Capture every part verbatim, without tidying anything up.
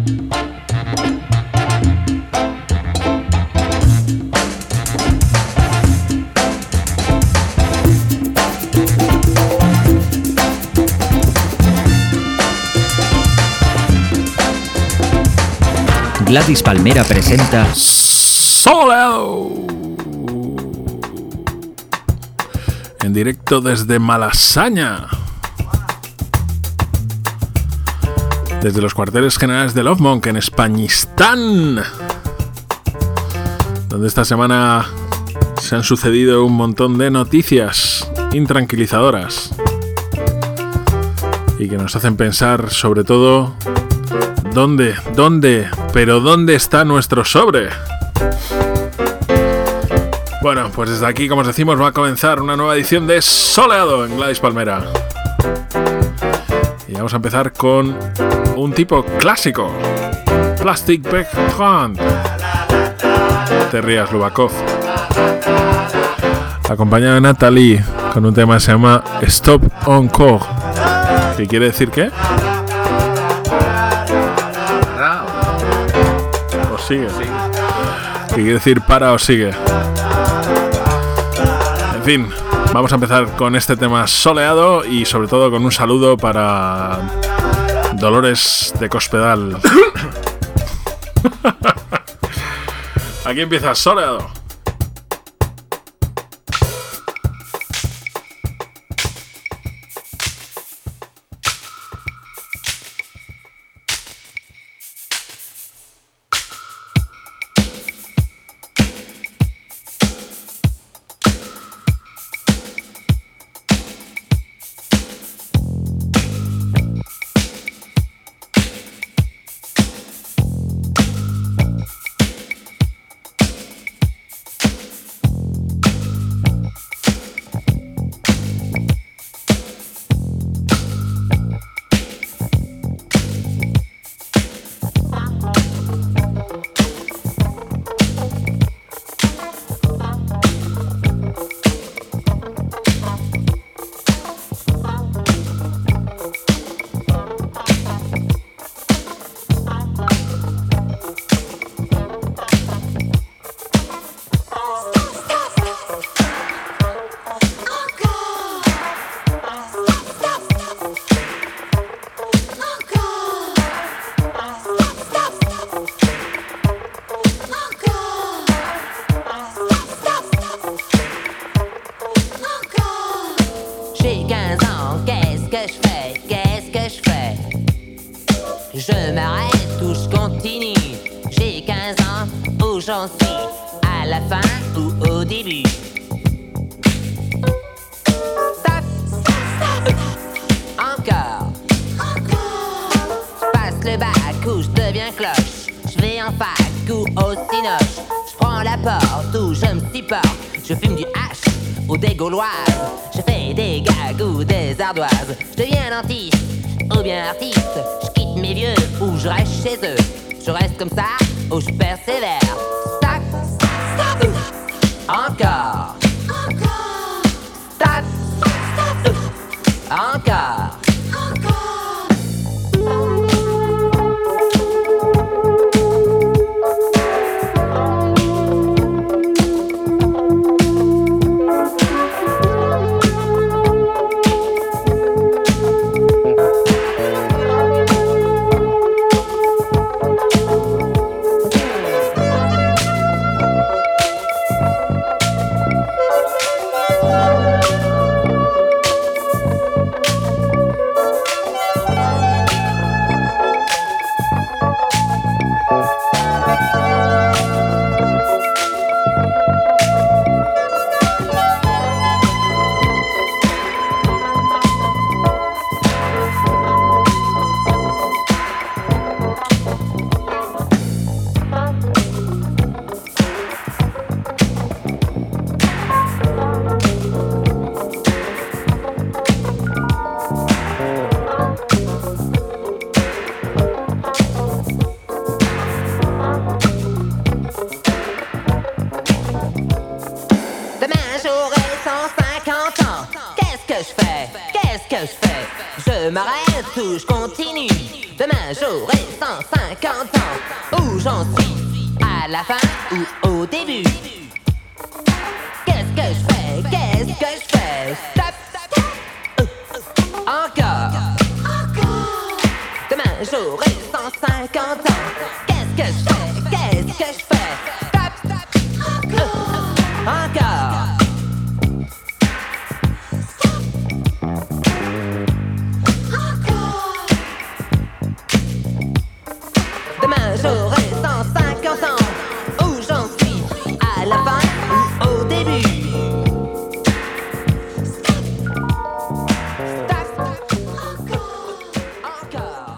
Gladys Palmera presenta Soleado en directo desde Malasaña, desde los cuarteles generales de Love Monk en Españistán, donde esta semana se han sucedido un montón de noticias intranquilizadoras y que nos hacen pensar sobre todo ¿Dónde? ¿Dónde? ¿Pero dónde está nuestro sobre? Bueno, pues desde aquí, como os decimos, va a comenzar una nueva edición de Soleado en Gladys Palmera. Y vamos a empezar con un tipo clásico. Plastic Bag Band. Te rías, Lubakov. Acompañada de Natalie con un tema que se llama Stop Encore. ¿Qué quiere decir qué? Sigue. ¿Qué quiere decir para o sigue? En fin, vamos a empezar con este tema soleado y sobre todo con un saludo para Dolores de Cospedal. Aquí empieza Soleado. Je fais des gags ou des ardoises. Je deviens dentiste ou bien artiste. Je quitte mes vieux ou je reste chez eux. Je reste comme ça ou je persévère. Tac, tac, encore. Tac, encore. Je m'arrête ou je continue. Demain j'aurai cent cinquante cinquante ans, où j'en suis, à la fin ou au début. Qu'est-ce que je fais, qu'est-ce que je fais? Stop, stop, euh, encore. Demain j'aurai cent cinquante ans. Qu'est-ce que je fais, qu'est-ce que je fais? Stop, stop, euh, encore. Demain j'aurai cent cinquante ans, où j'en suis, à la fin ou au début. Stop, stop, encore.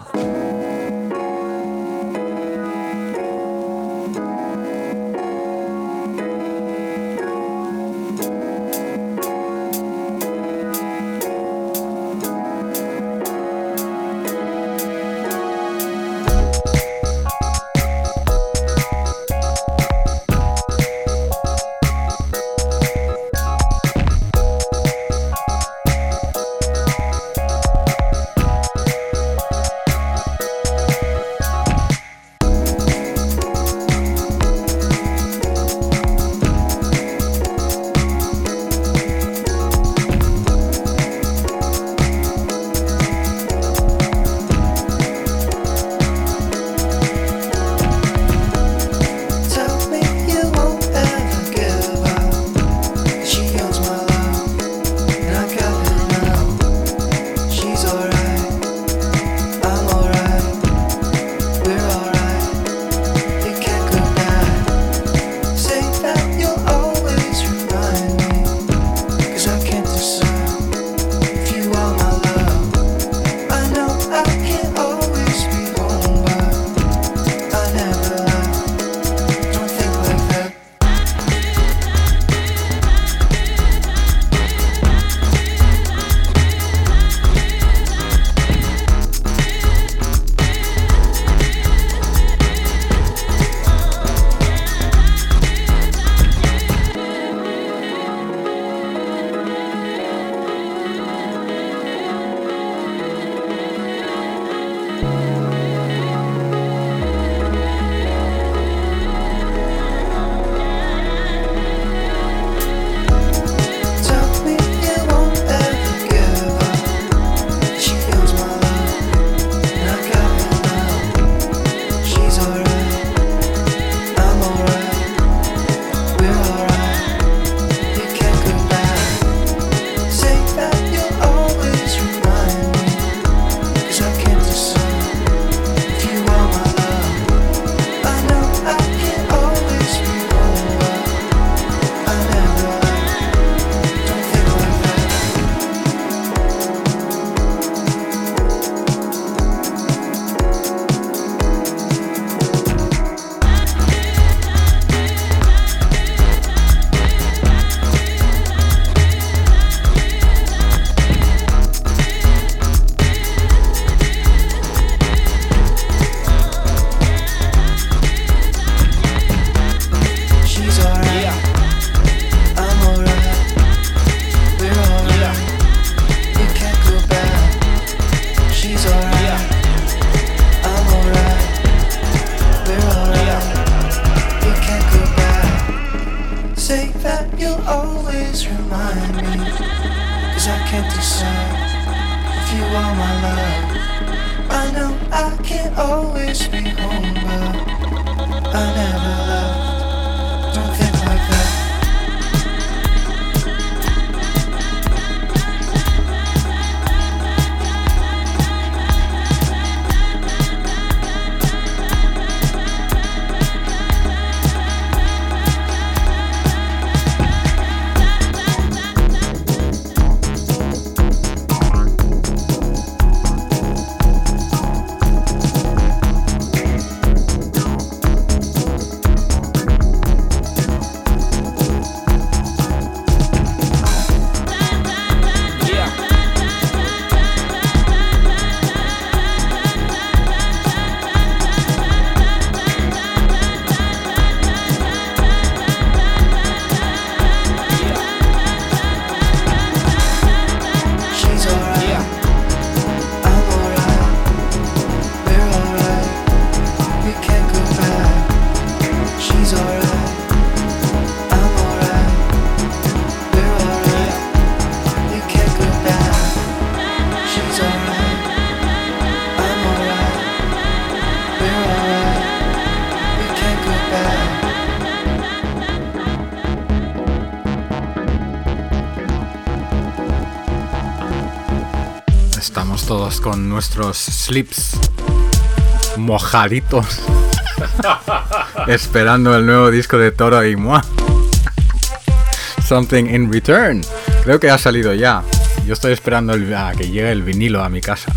todos con nuestros slips mojaditos esperando el nuevo disco de Toro y Moi. Something in Return. Creo que ha salido ya. Yo estoy esperando el, a que llegue el vinilo a mi casa.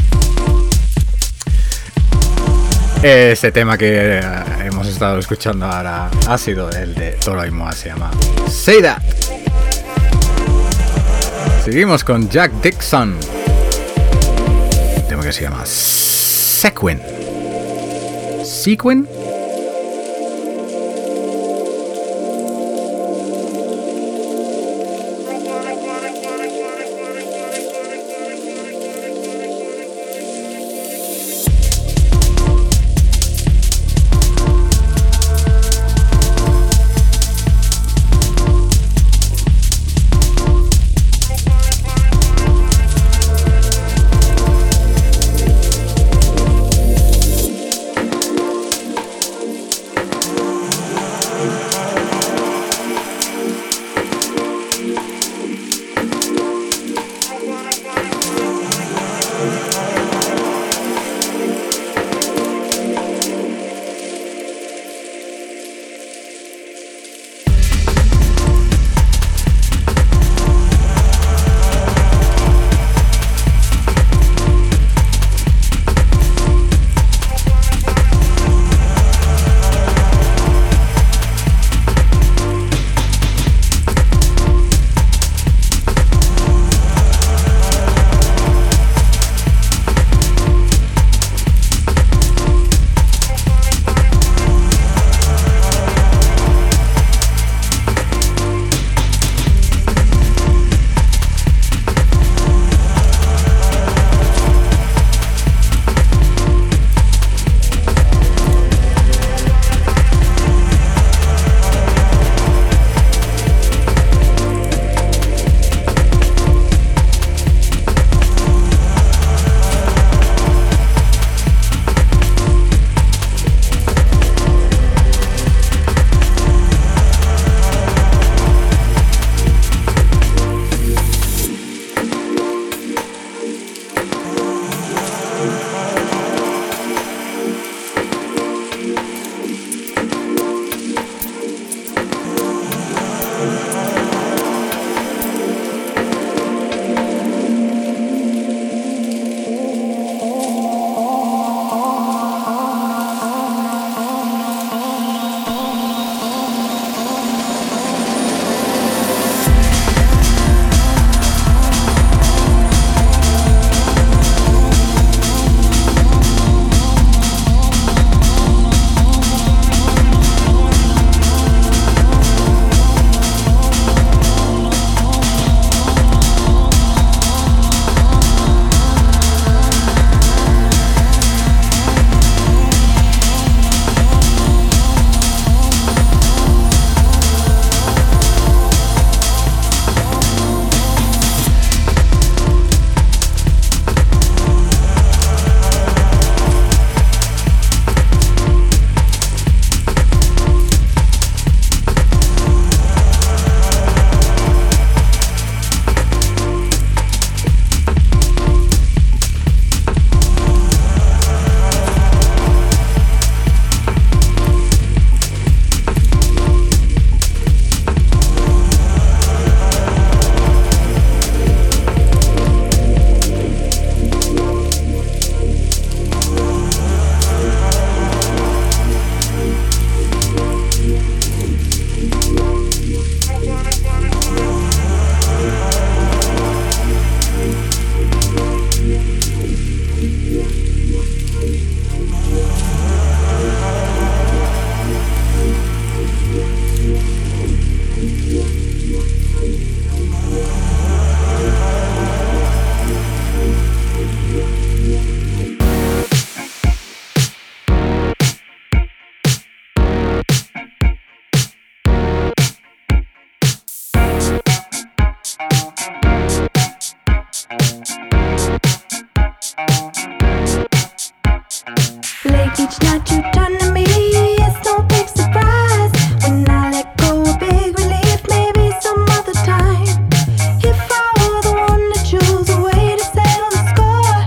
Ese tema que hemos estado escuchando ahora ha sido el de Toro y Moi, se llama Say That. Seguimos con Jack Dixon. Un tema que se llama Sequin. Sequin. Each night you turn to me, it's no big surprise. When I let go, a big relief, maybe some other time. If I were the one to choose a way to settle the score,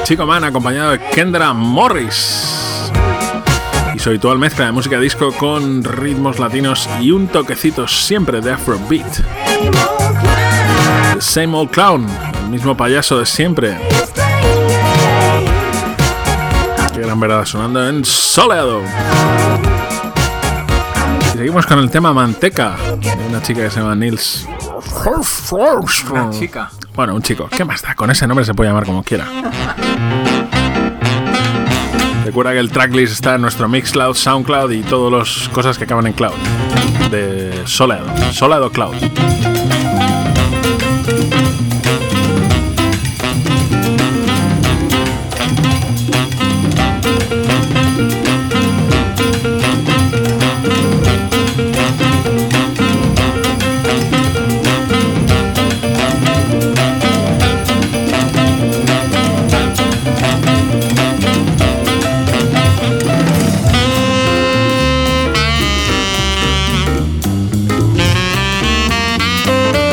Chico Man acompañado de Kendra Morris. Y su habitual mezcla de música disco con ritmos latinos y un toquecito siempre de Afrobeat. The Same Old Clown, el mismo payaso de siempre. Qué gran verdad, sonando en Soleado. Y seguimos con el tema Manteca, de una chica que se llama Nils. Una chica. Bueno, un chico. ¿Qué más da? Con ese nombre se puede llamar como quiera. Recuerda que el tracklist está en nuestro Mixcloud, Soundcloud y todas las cosas que acaban en Cloud. De Soleado. Soleado Cloud. Thank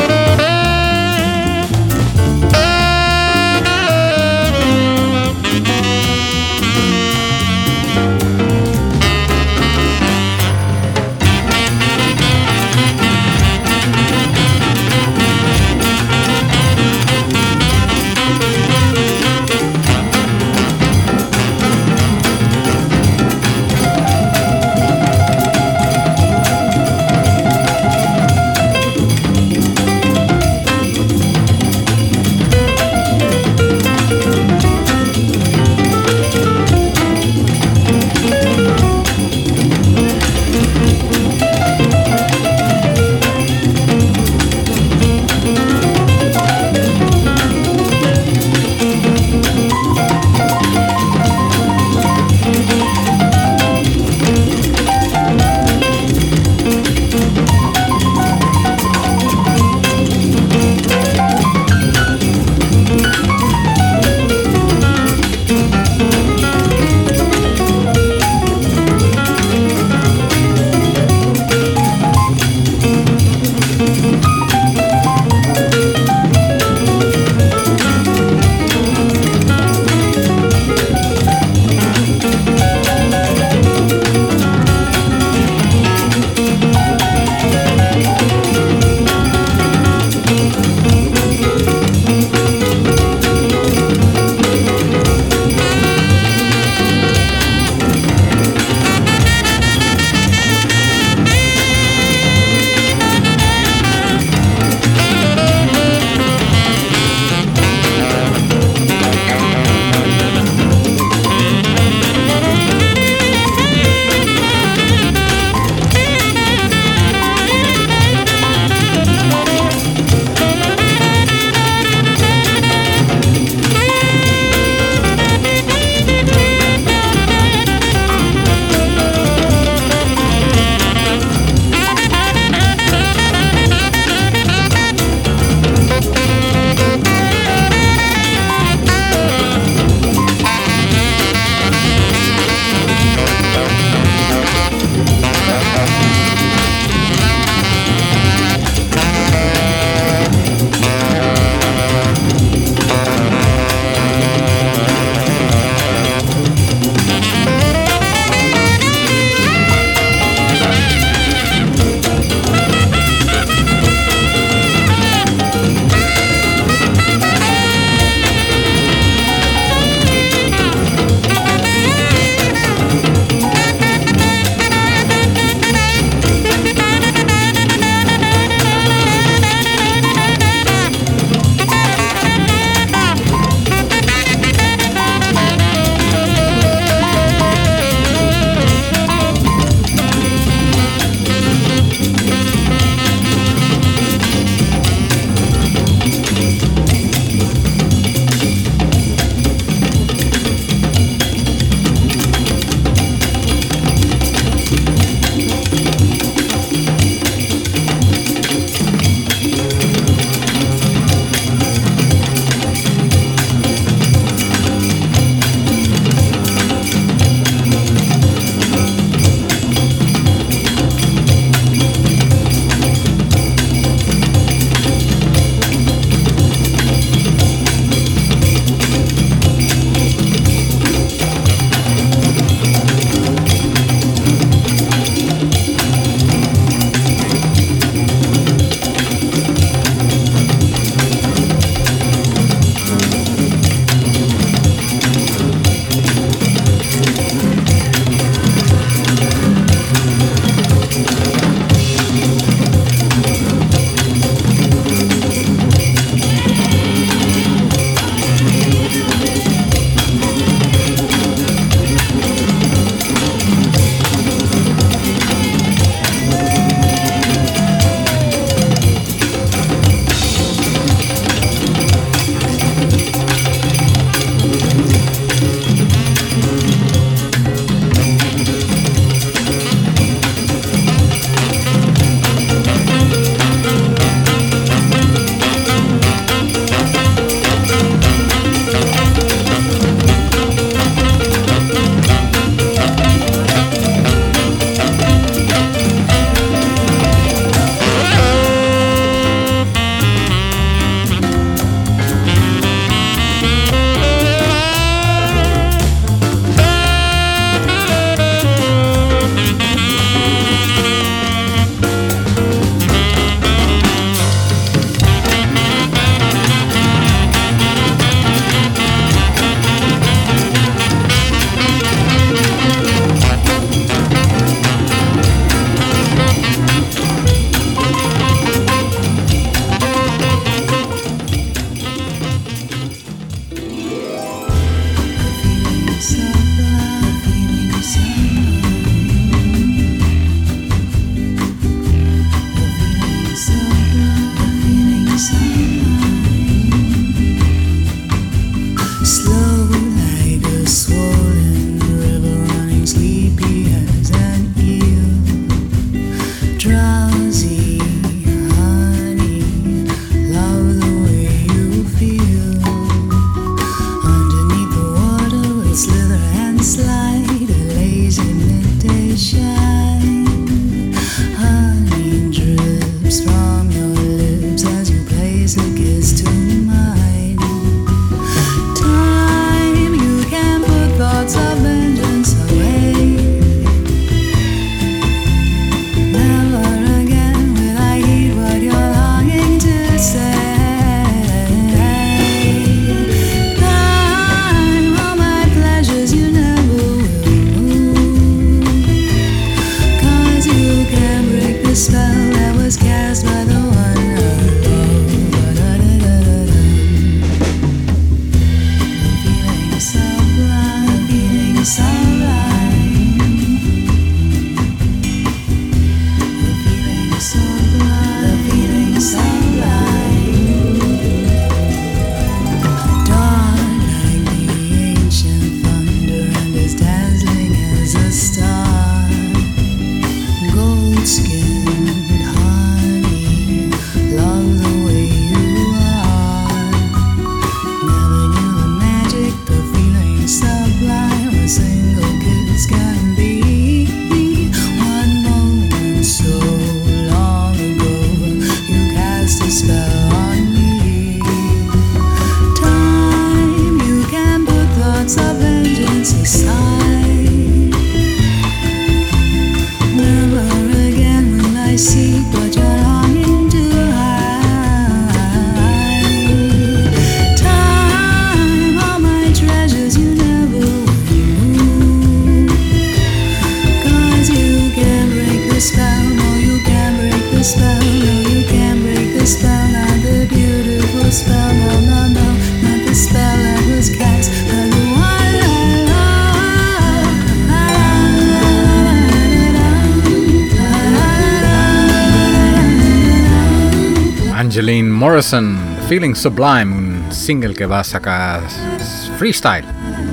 Angeline Morrison, Feeling Sublime, un single que va a sacar Freestyle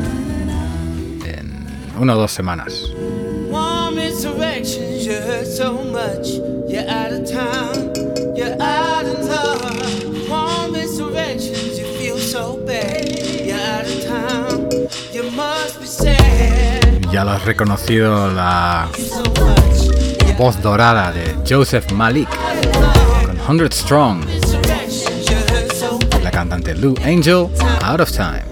en una o dos semanas. Warm insurrections, you hurt so much. You're out of town, you're out of love. Warm insurrections, you feel so bad. You're out of town, you must be sad. Ya lo has reconocido, la voz dorada de Joseph Malik con one hundred Strong. La cantante Lou Angel, Out of Time.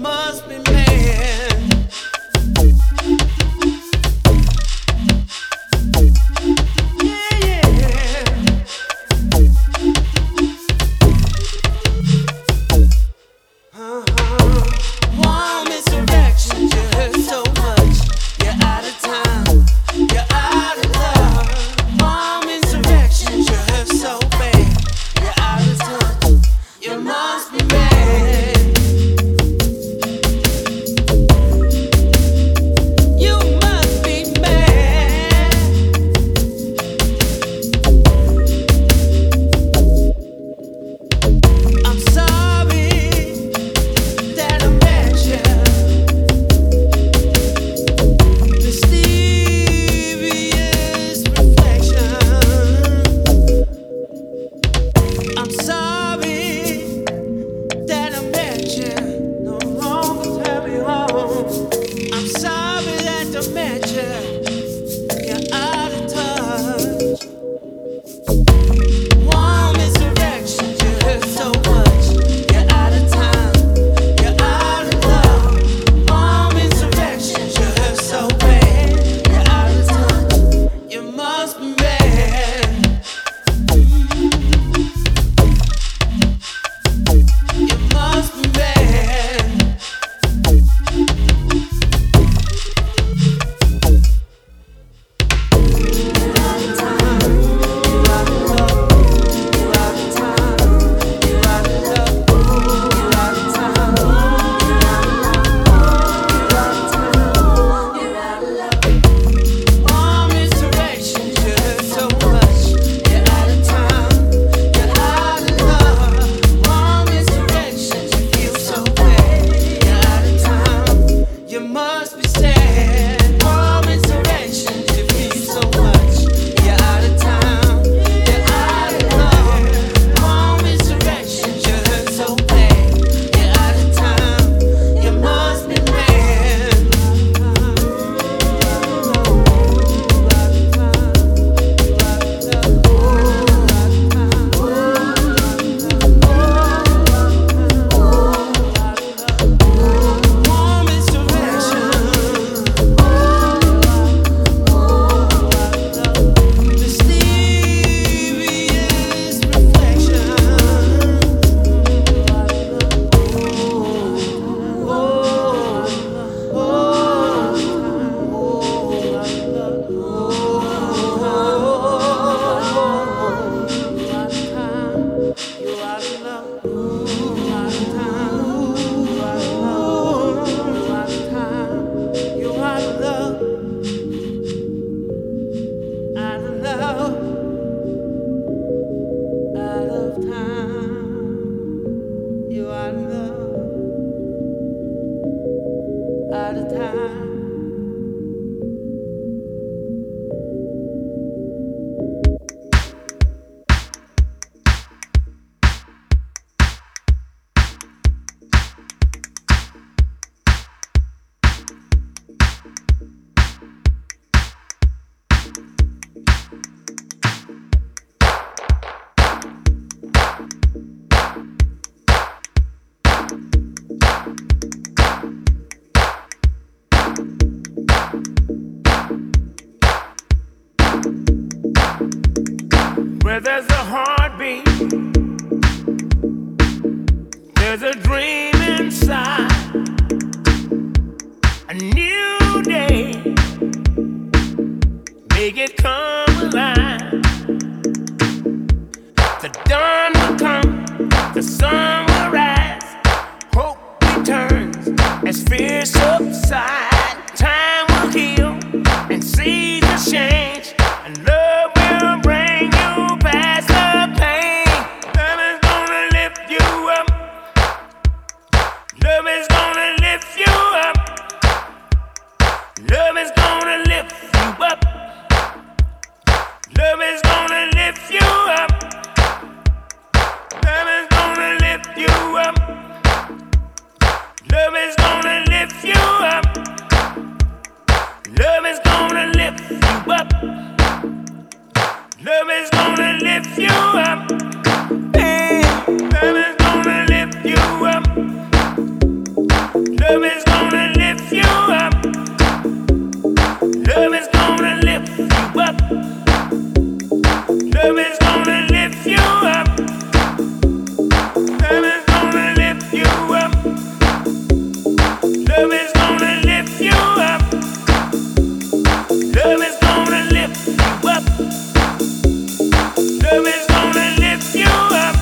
Where there's a heartbeat, there's a dream inside. A new day, make it come alive. The dawn will come, the sun will rise. Hope returns as fear subsides. Time will heal and seasons change, and love will bring you past the pain. Love is gonna lift you up. Love is gonna lift you up. Hey, love is gonna lift you up. Love is gonna lift you up. Love is gonna lift you up. Love is gonna lift you up. Love is gonna lift you up. Love is gonna lift you up. Love is gonna lift you up. Love is gonna lift you up.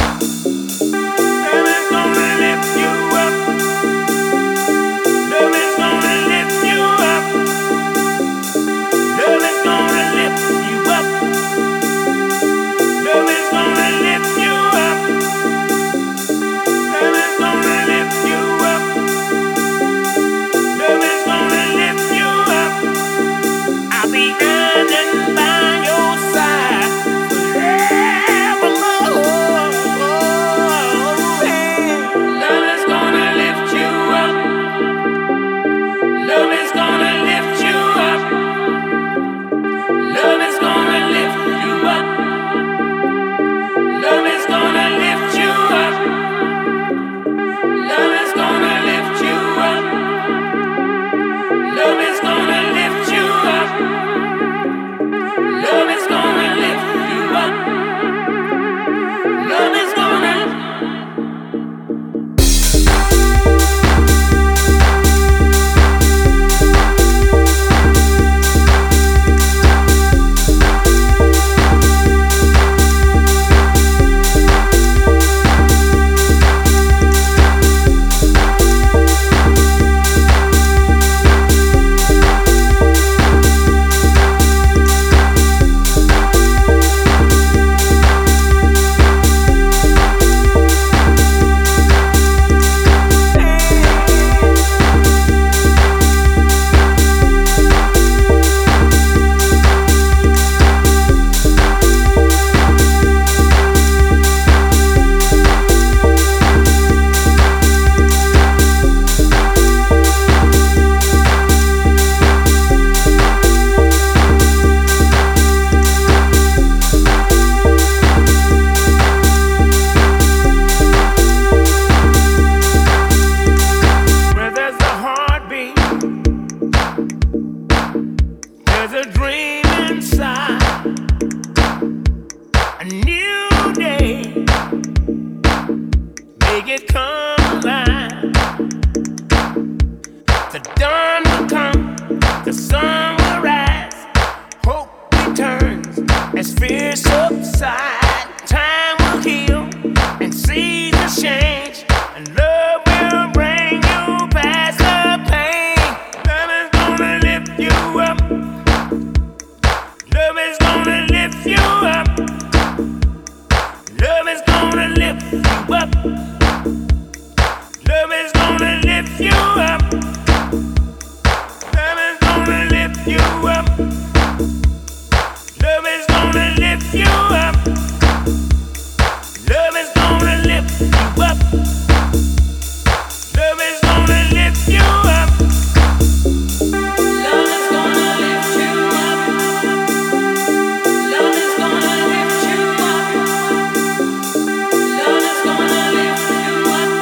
Love is gonna lift you up. Love is gonna lift you up. Love is gonna lift you up. Love is gonna lift you up. Love is gonna lift you up. Love is gonna lift you up. I'll be running by your side forevermore. Love is gonna lift you up. Love is gonna lift you up. Love is gonna lift you up. Love is gonna lift you up. Love is gonna lift you up. Love is gonna lift you up. Love is gonna lift you up. Love is gonna where there's a heartbeat, there's a dream inside. A new day, make it come alive. The dawn will come, the sun will rise. Hope returns as fear subsides. Time will heal and seasons change, and love will bring you past the pain. Love is gonna lift you up. Love is gonna lift you up. Love is gonna lift you up. Love is gonna lift you up. Love is gonna lift you up. Love is gonna lift you up. Love is gonna lift you up. Love is gonna lift you up. Love is gonna lift you up. Love is gonna lift you up. Love is gonna lift you up.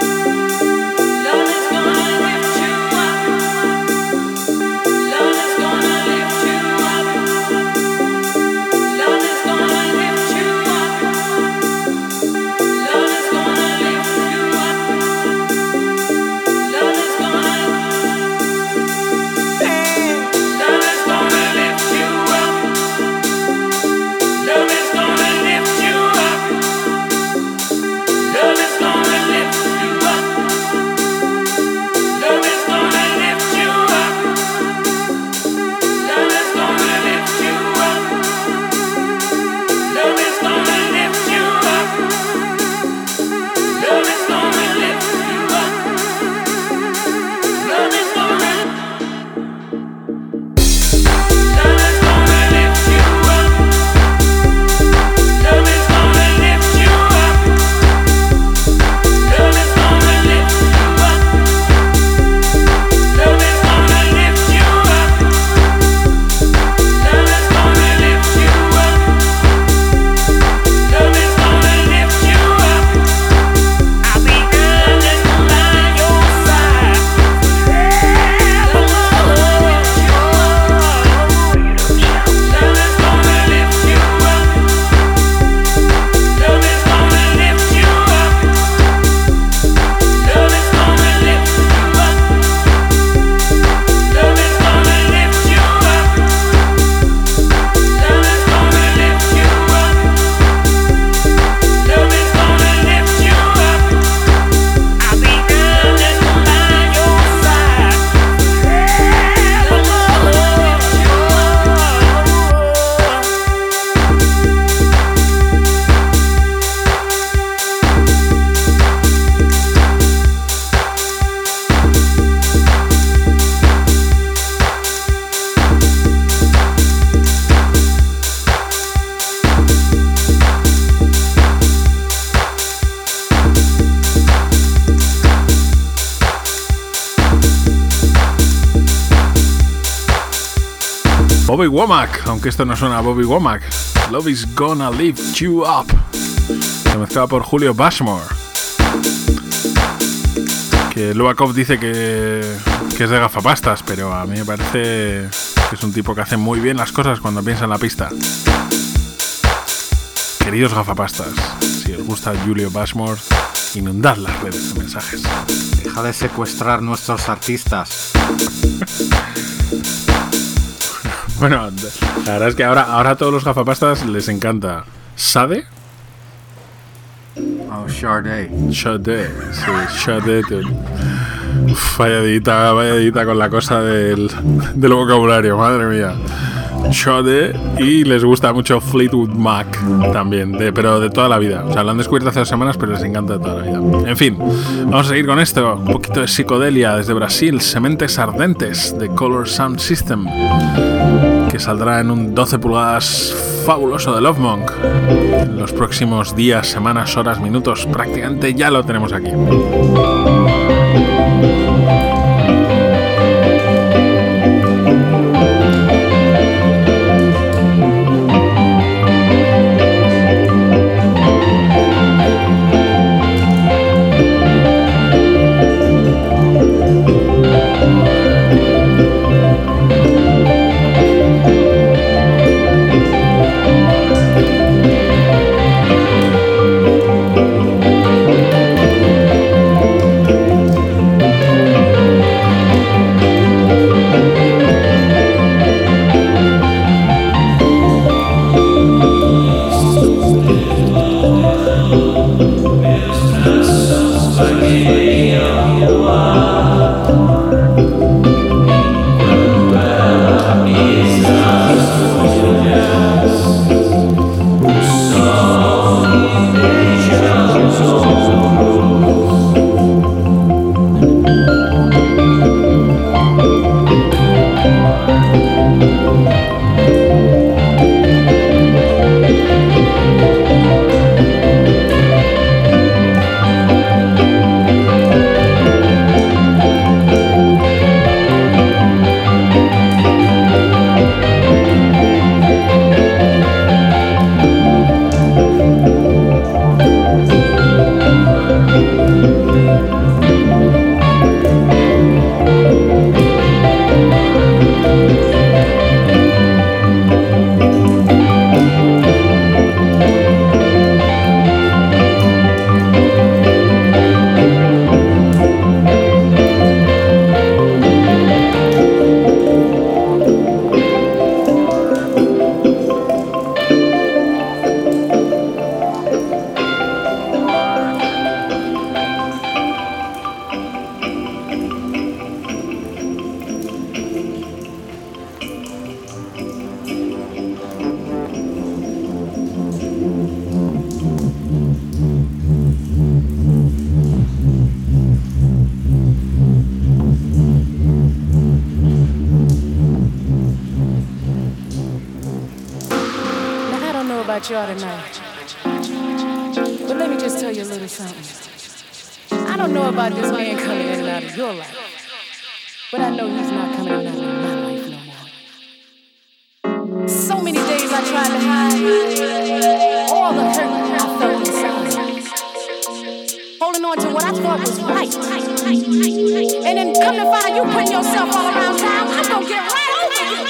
Love is gonna lift you up. Love is gonna Bobby Womack, aunque esto no suena a Bobby Womack. Love is gonna lift you up. Se mezclaba por Julio Bashmore. Que Lubakov dice que, que es de gafapastas, pero a mí me parece que es un tipo que hace muy bien las cosas cuando piensa en la pista. Queridos gafapastas, si os gusta Julio Bashmore, inundad las redes de mensajes. Deja de secuestrar nuestros artistas. Bueno, la verdad es que ahora, ahora a todos los gafapastas les encanta Sade. Oh, Sade. Sade, sí, Sade. Vaya edita, vaya edita con la cosa del, del vocabulario, madre mía. Sade, y les gusta mucho Fleetwood Mac también, de, pero de toda la vida. O sea, lo han descubierto hace dos semanas, pero les encanta de toda la vida. En fin, vamos a seguir con esto. Un poquito de psicodelia desde Brasil. Sementes Ardentes de Color Sound System, que saldrá en un doce pulgadas fabuloso de Love Monk. En los próximos días, semanas, horas, minutos, prácticamente ya lo tenemos aquí. Y'all tonight, but let me just tell you a little something. I don't know about this man coming in and out of your life, but I know he's not coming in and out of my life no more. So many days I tried to hide all the hurt I felt inside, holding on to what I thought was right, and then come to find out you putting yourself all around town. I'm gonna get right over you.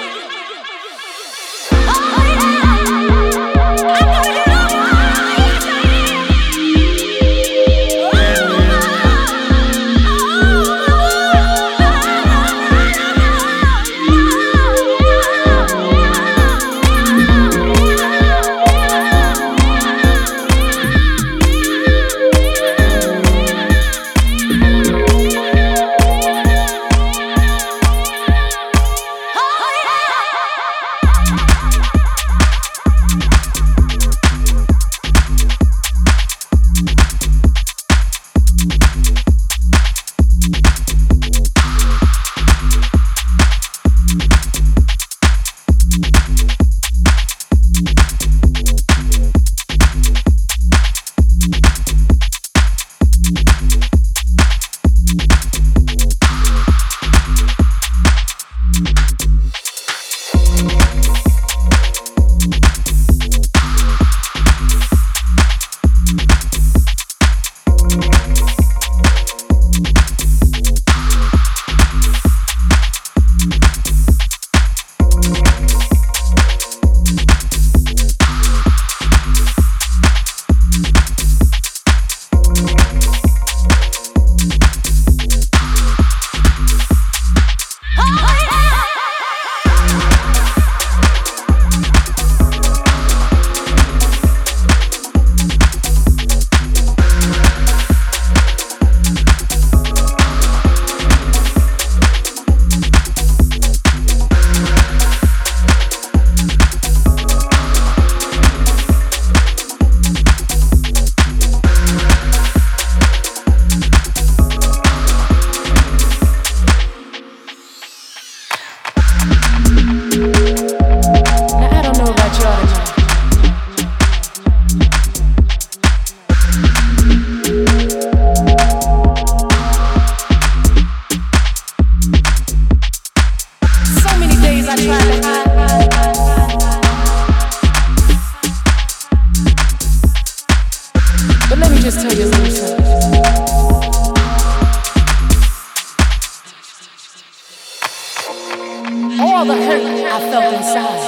I felt inside.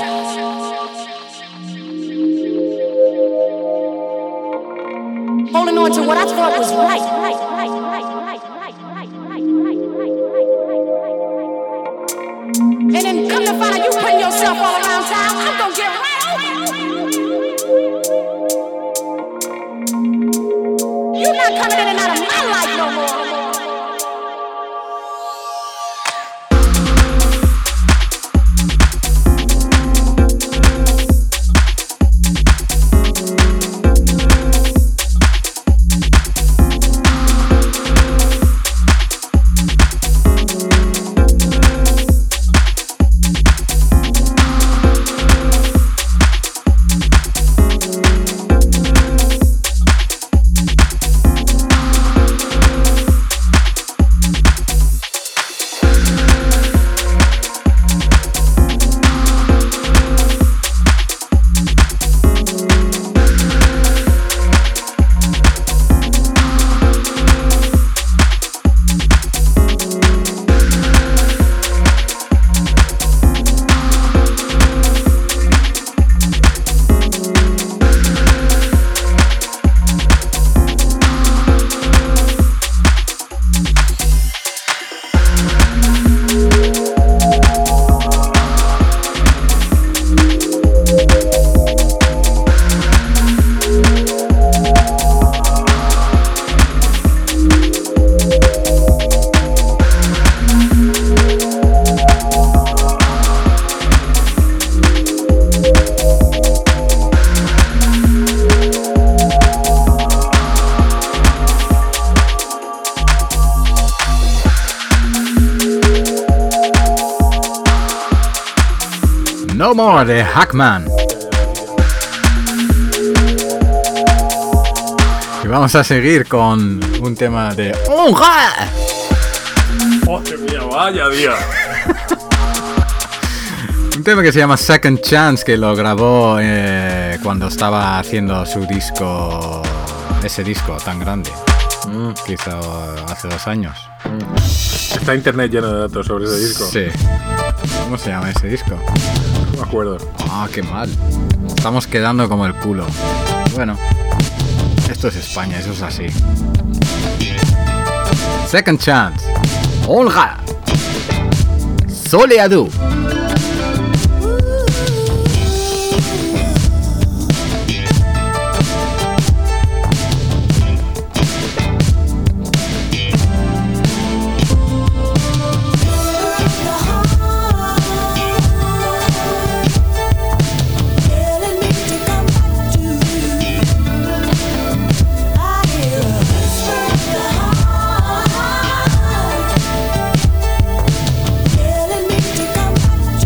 Holding on to what I thought was right. And then come to find out you putting yourself all around town, I'm gonna get right over you. You're not coming in and out of my life no more. No More de Hackman. Y vamos a seguir con un tema de ¡Onja! ¡Madre mía, vaya día! Un tema que se llama Second Chance, que lo grabó eh, cuando estaba haciendo su disco, ese disco tan grande, mm. que hizo hace dos años. Mm. Está internet lleno de datos sobre ese disco. Sí. ¿Cómo se llama ese disco? No me acuerdo. Ah, qué mal. Estamos quedando como el culo. Bueno, esto es España, eso es así. Second Chance. Olga. Soleadu. Killing me to come back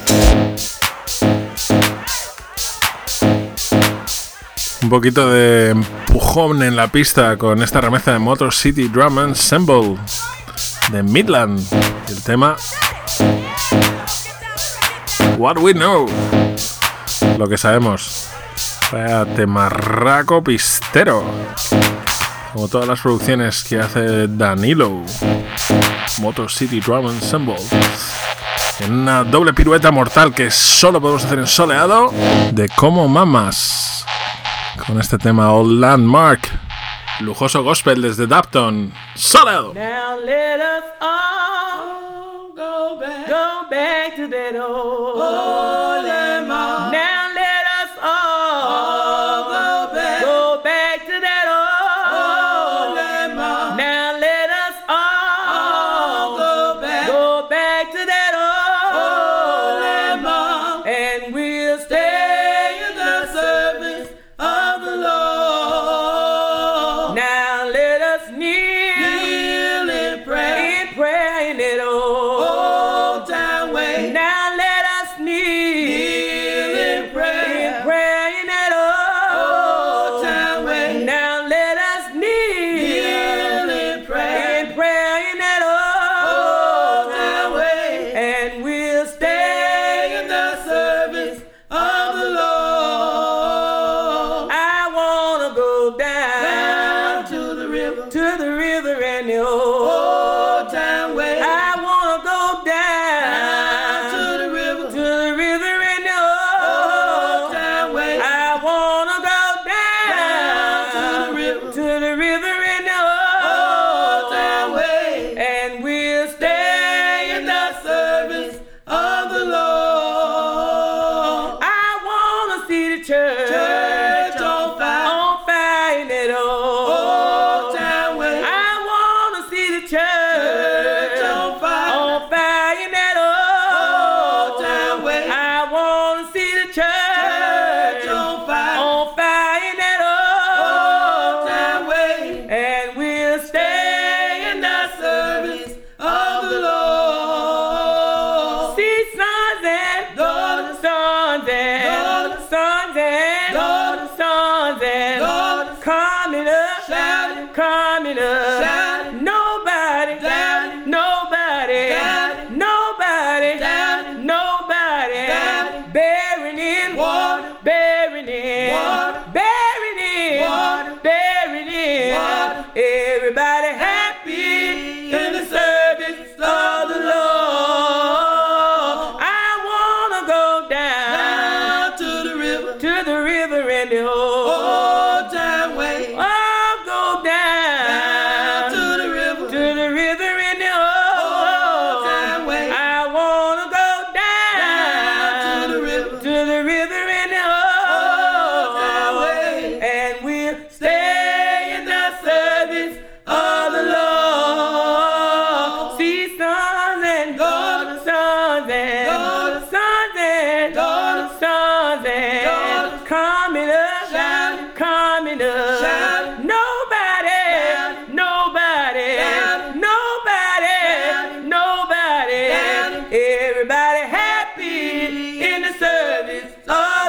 Un poquito de empujón en la pista con esta remezcla de Motor City Drum Ensemble de Midland. El tema What We Know, lo que sabemos. Vaya temarraco pistero, como todas las producciones que hace Danilo. Motor City Drum Ensemble, en una doble pirueta mortal que solo podemos hacer en soleado, de Como Mamas, con este tema Old Landmark, lujoso gospel desde Dapton, soleado. Now let us all go back, go back to that old, old landmark. Now let us all, all go back, go back to that old, old landmark. Now let us all, all go back, go back to that old, old landmark, and we'll stay in the service of the Lord. Now let us kneel in prayer, in prayer in that old time way. Now let us kneel in prayer, in prayer in that old time way. Now let us kneel in prayer, in prayer in that old time way, and we'll stay in the service of the Lord. I wanna go down, down to the river, to the river and the old time way. I wanna go down, down to the river, to the river and the old time way. I wanna go down, down to the river, to the river and the old time way, and we'll stay in the service of the Lord. I wanna see the church, church on fire, on fire in that old time way. I wanna see the church on fire, on fire in that old time way. I wanna see the church on fire, on fire in that old time way, and we'll stay in the service of the Lord. See sons and daughters, sons and daughters, sons and daughters, sons and daughters, coming up, shouting, coming up, shouting. Nobody down, nobody down, nobody down, nobody down, bearing in water, bearing in water, bearing in water, bearing in water. Everybody happy in the service of the Lord. I wanna go down, down to the river, to the river and the old time way. I'll go down, down to the river, to the river and the old time way. I wanna go down, down to the river, to the river and the old time way, and we'll stay in the service of the Lord. See sons and daughters, sons and daughters, sons and daughters, sons and daughters, coming up, shouting, coming up, shouting. Nobody, nobody, nobody, nobody, everybody happy in the service of